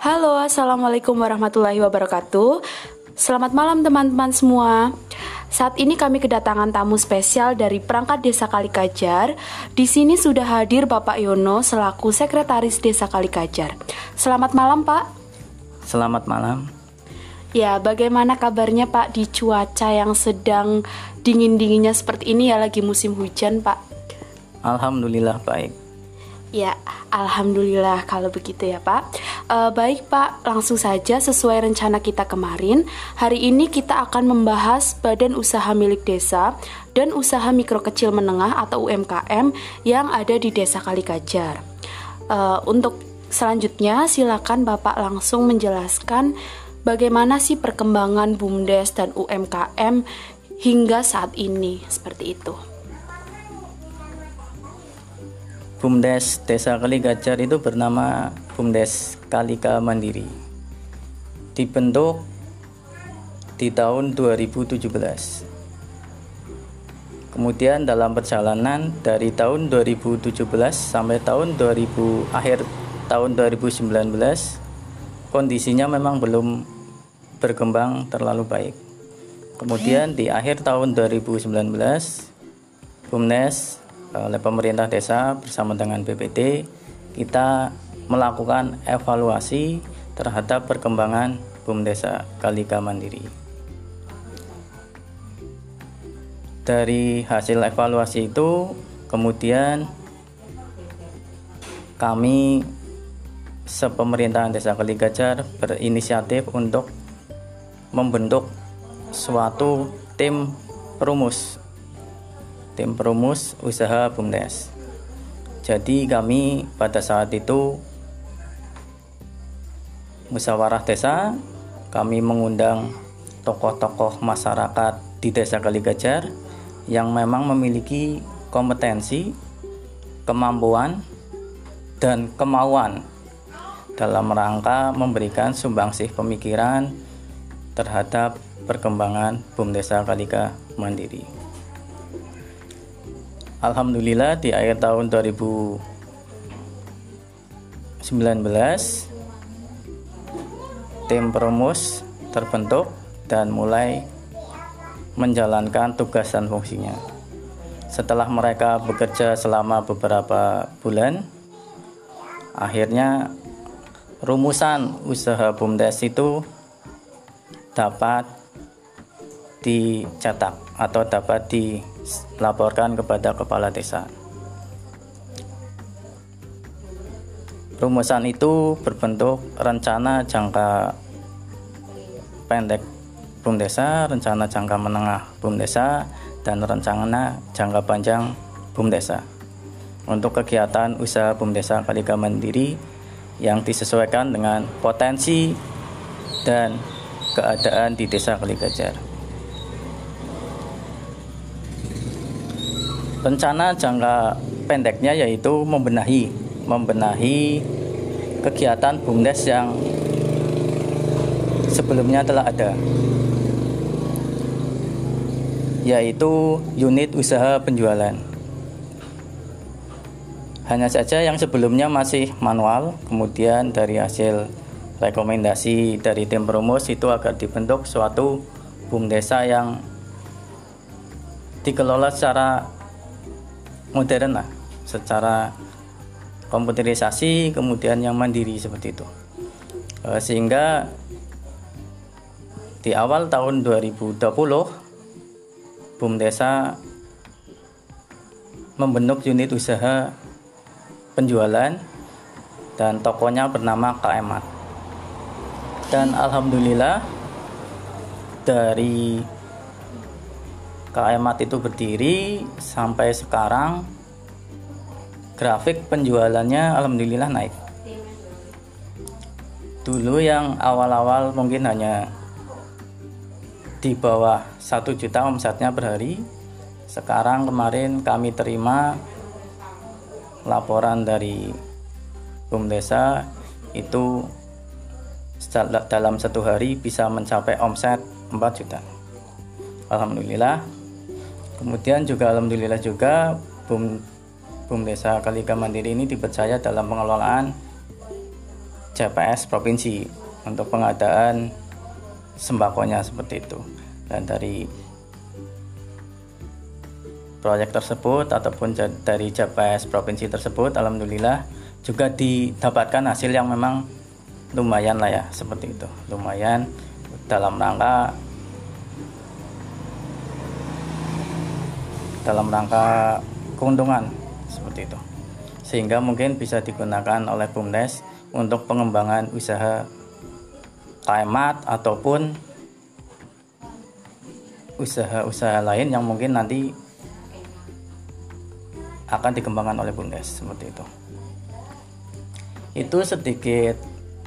Halo, Assalamualaikum warahmatullahi wabarakatuh. Selamat malam teman-teman semua. Saat ini kami kedatangan tamu spesial dari perangkat Desa Kalikajar. Di sini sudah hadir Bapak Yono selaku Sekretaris Desa Kalikajar. Selamat malam, Pak. Selamat malam. Ya, bagaimana kabarnya Pak di cuaca yang sedang dingin-dinginnya seperti ini ya, lagi musim hujan, Pak? Alhamdulillah baik. Ya, alhamdulillah kalau begitu ya Pak. Baik Pak, langsung saja sesuai rencana kita kemarin. Hari ini kita akan membahas badan usaha milik desa dan usaha mikro kecil menengah atau UMKM yang ada di Desa Kalikajar. Untuk selanjutnya silakan Bapak langsung menjelaskan bagaimana sih perkembangan BUMDes dan UMKM hingga saat ini, seperti itu. BUMDes Desa Kalikajar itu bernama BUMDes Kalika Mandiri. Dibentuk di tahun 2017. Kemudian dalam perjalanan dari tahun 2017 sampai akhir tahun 2019, kondisinya memang belum berkembang terlalu baik. Kemudian di akhir tahun 2019, BUMDes oleh pemerintah desa bersama dengan BPD kita melakukan evaluasi terhadap perkembangan BUMDes Kalika Mandiri. Dari hasil evaluasi itu kemudian kami sepemerintahan Desa Kalikajar berinisiatif untuk membentuk suatu tim perumus usaha BUMDes. Jadi kami pada saat itu musyawarah desa, kami mengundang tokoh-tokoh masyarakat di Desa Kalikajar yang memang memiliki kompetensi, kemampuan, dan kemauan dalam rangka memberikan sumbangsih pemikiran terhadap perkembangan BUMDes Kalika Mandiri. Alhamdulillah di akhir tahun 2019 tim perumus terbentuk dan mulai menjalankan tugas dan fungsinya. Setelah mereka bekerja selama beberapa bulan, akhirnya rumusan usaha BUMDes itu dapat dicetak atau dapat dilaporkan kepada kepala desa. Rumusan itu berbentuk rencana jangka pendek BUMDes, rencana jangka menengah BUMDes, dan rencana jangka panjang BUMDes untuk kegiatan usaha BUMDes Kalika Mandiri yang disesuaikan dengan potensi dan keadaan di Desa Kalikajar. Rencana jangka pendeknya yaitu membenahi kegiatan BUMDes yang sebelumnya telah ada, yaitu unit usaha penjualan. Hanya saja yang sebelumnya masih manual, kemudian dari hasil rekomendasi dari tim perumus itu agar dibentuk suatu BUMDes yang dikelola secara modern lah, secara komputerisasi, kemudian yang mandiri seperti itu. Sehingga di awal tahun 2020 BUMDes membentuk unit usaha penjualan dan tokonya bernama KMAT. Dan alhamdulillah dari KMAT itu berdiri sampai sekarang grafik penjualannya alhamdulillah naik. Dulu yang awal-awal mungkin hanya di bawah 1 juta omsetnya per hari. Sekarang kemarin kami terima laporan dari BUMDes itu dalam 1 hari bisa mencapai omset 4 juta. Alhamdulillah. Kemudian juga alhamdulillah juga BUMDes Kalika Mandiri ini dipercaya dalam pengelolaan JPS provinsi untuk pengadaan sembakonya seperti itu. Dan dari proyek tersebut ataupun dari JPS provinsi tersebut, alhamdulillah juga didapatkan hasil yang memang lumayan lah ya, seperti itu. Lumayan dalam rangka keuntungan seperti itu, sehingga mungkin bisa digunakan oleh BUMDes untuk pengembangan usaha KMAT ataupun usaha-usaha lain yang mungkin nanti akan dikembangkan oleh BUMDes seperti itu. Itu sedikit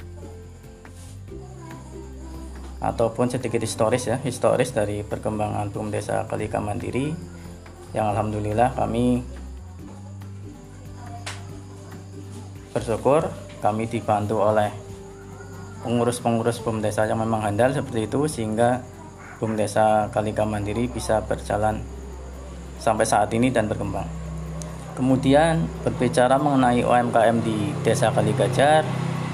ataupun sedikit historis dari perkembangan BUM Desa Kalika Mandiri, yang alhamdulillah kami bersyukur kami dibantu oleh pengurus-pengurus BUM Desa yang memang handal seperti itu, sehingga BUM Desa Kalika Mandiri bisa berjalan sampai saat ini dan berkembang. Kemudian berbicara mengenai UMKM di Desa Kaligajar,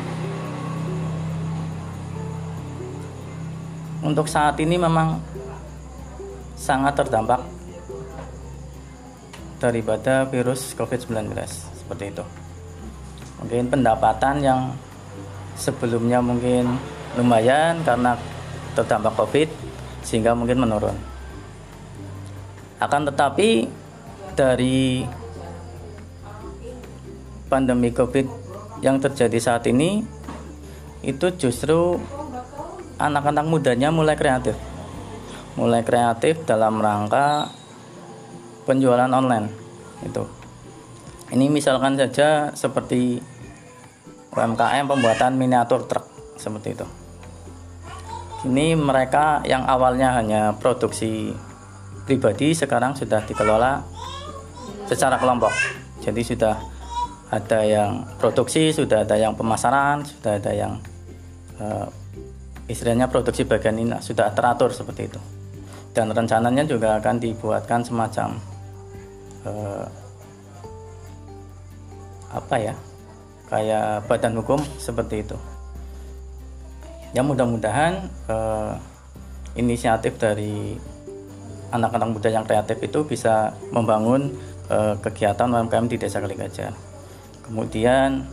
untuk saat ini memang sangat terdampak daripada virus COVID-19 seperti itu. Mungkin pendapatan yang sebelumnya mungkin lumayan karena terdampak COVID sehingga mungkin menurun. Akan tetapi dari pandemi COVID yang terjadi saat ini, itu justru anak-anak mudanya mulai kreatif dalam rangka penjualan online itu. Ini misalkan saja seperti UMKM pembuatan miniatur truk seperti itu. Ini mereka yang awalnya hanya produksi pribadi sekarang sudah dikelola secara kelompok. Jadi sudah ada yang produksi, sudah ada yang pemasaran, sudah ada yang istilahnya produksi bagian ini sudah teratur seperti itu. Dan rencananya juga akan dibuatkan semacam kayak badan hukum seperti itu. Ya mudah-mudahan inisiatif dari anak-anak muda yang kreatif itu bisa membangun kegiatan UMKM di Desa Kaligajar. Kemudian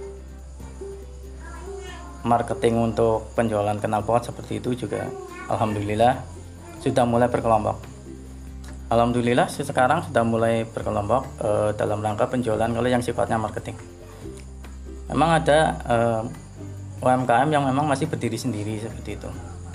marketing untuk penjualan knalpot seperti itu juga alhamdulillah sudah mulai berkelompok. Alhamdulillah sekarang sudah mulai berkelompok dalam rangka penjualan kalau yang sifatnya marketing. Memang ada UMKM yang memang masih berdiri sendiri seperti itu.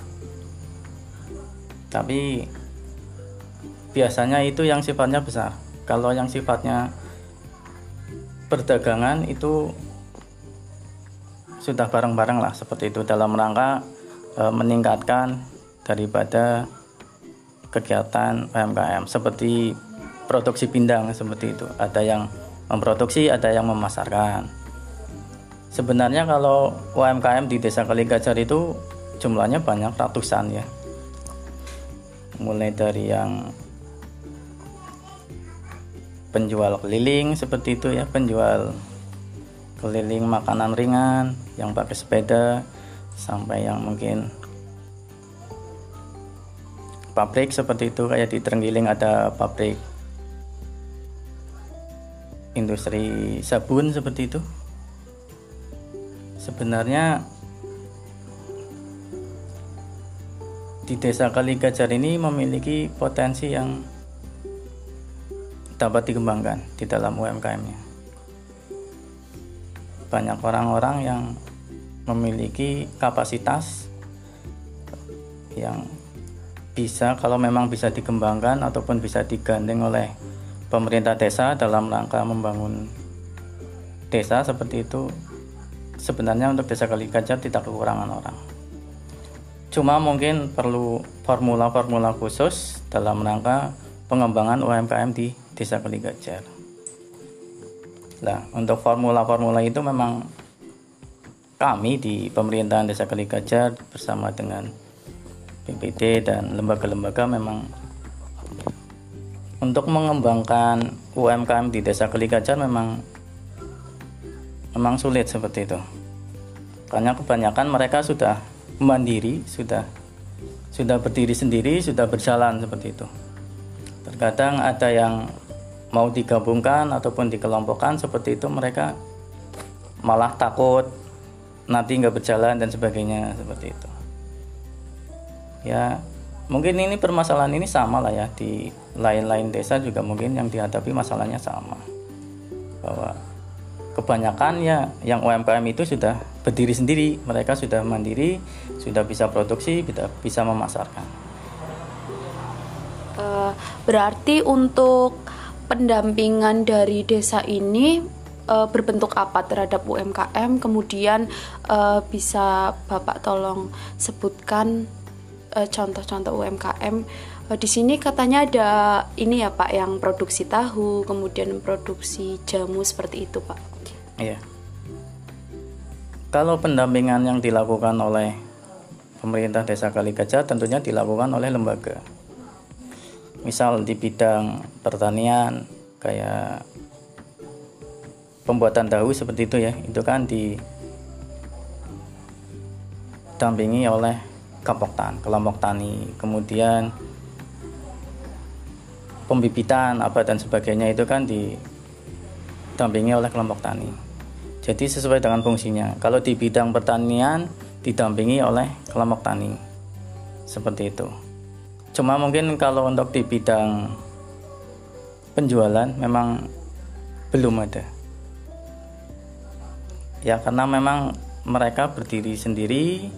Tapi biasanya itu yang sifatnya besar. Kalau yang sifatnya perdagangan itu sudah bareng-bareng lah seperti itu dalam rangka meningkatkan daripada kegiatan UMKM seperti produksi pindang seperti itu. Ada yang memproduksi, ada yang memasarkan. Sebenarnya kalau UMKM di Desa Kaligajar itu jumlahnya banyak, ratusan ya. Mulai dari yang penjual keliling seperti itu ya, penjual keliling makanan ringan yang pakai sepeda, sampai yang mungkin pabrik seperti itu, kayak di Trenggiling ada pabrik industri sabun seperti itu. Sebenarnya di Desa Kaligajar ini memiliki potensi yang dapat dikembangkan di dalam UMKM-nya. Banyak orang-orang yang memiliki kapasitas yang bisa, kalau memang bisa dikembangkan ataupun bisa digandeng oleh pemerintah desa dalam rangka membangun desa seperti itu. Sebenarnya untuk Desa Kaligajar tidak kekurangan orang. Cuma mungkin perlu formula-formula khusus dalam rangka pengembangan UMKM di Desa Kaligajar. Nah, untuk formula-formula itu memang kami di pemerintahan Desa Kaligajar bersama dengan BPD dan lembaga-lembaga memang untuk mengembangkan UMKM di Desa Kaligajar memang sulit seperti itu. Karena kebanyakan mereka sudah mandiri, sudah berdiri sendiri, sudah berjalan seperti itu. Terkadang ada yang mau digabungkan ataupun dikelompokkan seperti itu, mereka malah takut nanti nggak berjalan dan sebagainya seperti itu. Ya, mungkin ini permasalahan ini sama lah ya, di lain-lain desa juga mungkin yang dihadapi masalahnya sama, bahwa kebanyakan ya yang UMKM itu sudah berdiri sendiri, mereka sudah mandiri, sudah bisa produksi, bisa memasarkan. Berarti untuk pendampingan dari desa ini berbentuk apa terhadap UMKM? Kemudian bisa Bapak tolong sebutkan contoh-contoh UMKM. Di sini katanya ada ini ya Pak, yang produksi tahu, kemudian produksi jamu seperti itu Pak. Iya. Kalau pendampingan yang dilakukan oleh pemerintah Desa Kaligajar tentunya dilakukan oleh lembaga. Misal di bidang pertanian kayak pembuatan tahu seperti itu ya, itu kan didampingi oleh Kapoktan, kelompok tani. Kemudian pembibitan apa dan sebagainya itu kan didampingi oleh kelompok tani. Jadi sesuai dengan fungsinya. Kalau di bidang pertanian didampingi oleh kelompok tani. Seperti itu. Cuma mungkin kalau untuk di bidang penjualan memang belum ada. Ya karena memang mereka berdiri sendiri.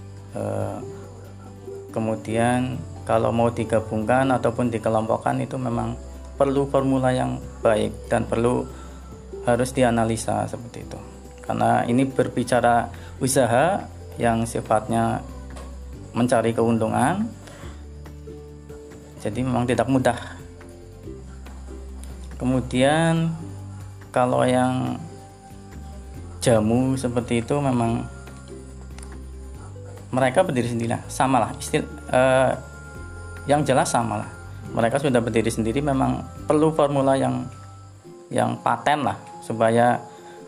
Kemudian kalau mau digabungkan ataupun dikelompokkan itu memang perlu formula yang baik dan harus dianalisa seperti itu. Karena ini berbicara usaha yang sifatnya mencari keuntungan, jadi memang tidak mudah. Kemudian kalau yang jamu seperti itu memang mereka berdiri sendiri lah, sama lah, yang jelas sama lah. Mereka sudah berdiri sendiri, memang perlu formula yang paten lah supaya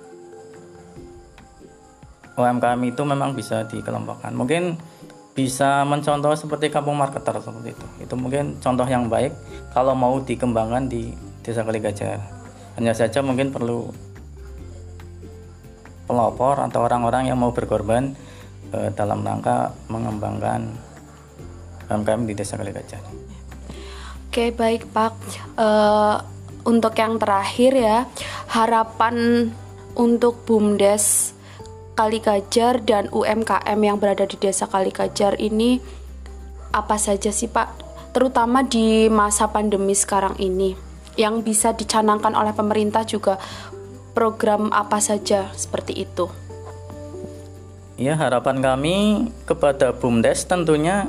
UMKM itu memang bisa dikelompokkan. Mungkin bisa mencontoh seperti kampung marketer seperti itu. Itu mungkin contoh yang baik kalau mau dikembangkan di Desa Kaligajar. Hanya saja mungkin perlu pelopor atau orang-orang yang mau berkorban dalam rangka mengembangkan UMKM di Desa Kaligajar. Oke, baik Pak. Untuk yang terakhir ya, harapan untuk BUMDes Kaligajar dan UMKM yang berada di Desa Kaligajar ini apa saja sih Pak? Terutama di masa pandemi sekarang ini, yang bisa dicanangkan oleh pemerintah juga, program apa saja seperti itu? Ya, harapan kami kepada BUMDes tentunya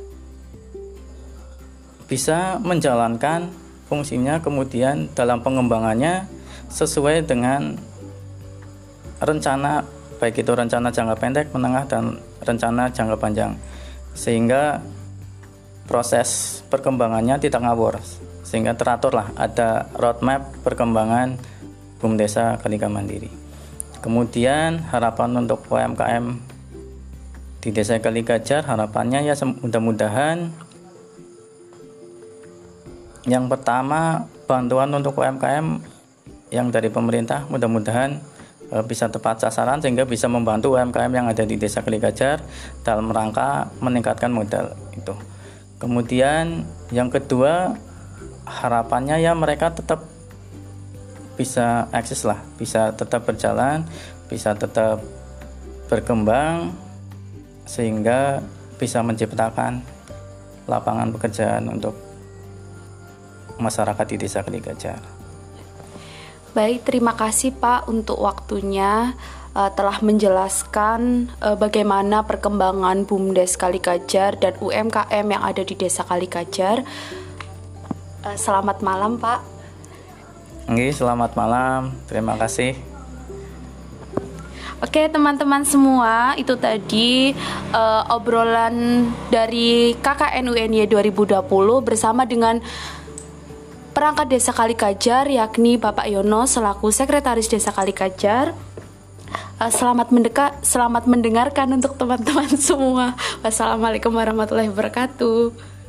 bisa menjalankan fungsinya, kemudian dalam pengembangannya sesuai dengan rencana, baik itu rencana jangka pendek, menengah, dan rencana jangka panjang, sehingga proses perkembangannya tidak ngawur, sehingga teraturlah, ada roadmap perkembangan BUMDesa Kalika Mandiri. Kemudian harapan untuk UMKM di Desa Kaligajar, harapannya ya mudah-mudahan yang pertama, bantuan untuk UMKM yang dari pemerintah mudah-mudahan bisa tepat sasaran sehingga bisa membantu UMKM yang ada di Desa Kaligajar dalam rangka meningkatkan modal itu. Kemudian yang kedua, harapannya ya mereka tetap bisa eksis lah, bisa tetap berjalan, bisa tetap berkembang sehingga bisa menciptakan lapangan pekerjaan untuk masyarakat di Desa Kaligajar. Baik, terima kasih Pak untuk waktunya, telah menjelaskan bagaimana perkembangan BUMDes Kaligajar dan UMKM yang ada di Desa Kaligajar. Selamat malam Pak. Oke, selamat malam. Terima kasih. Oke teman-teman semua, itu tadi obrolan dari KKN UNY 2020 bersama dengan perangkat Desa Kaligajar, yakni Bapak Yono selaku Sekretaris Desa Kaligajar. Selamat mendengarkan untuk teman-teman semua. Wassalamualaikum warahmatullahi wabarakatuh.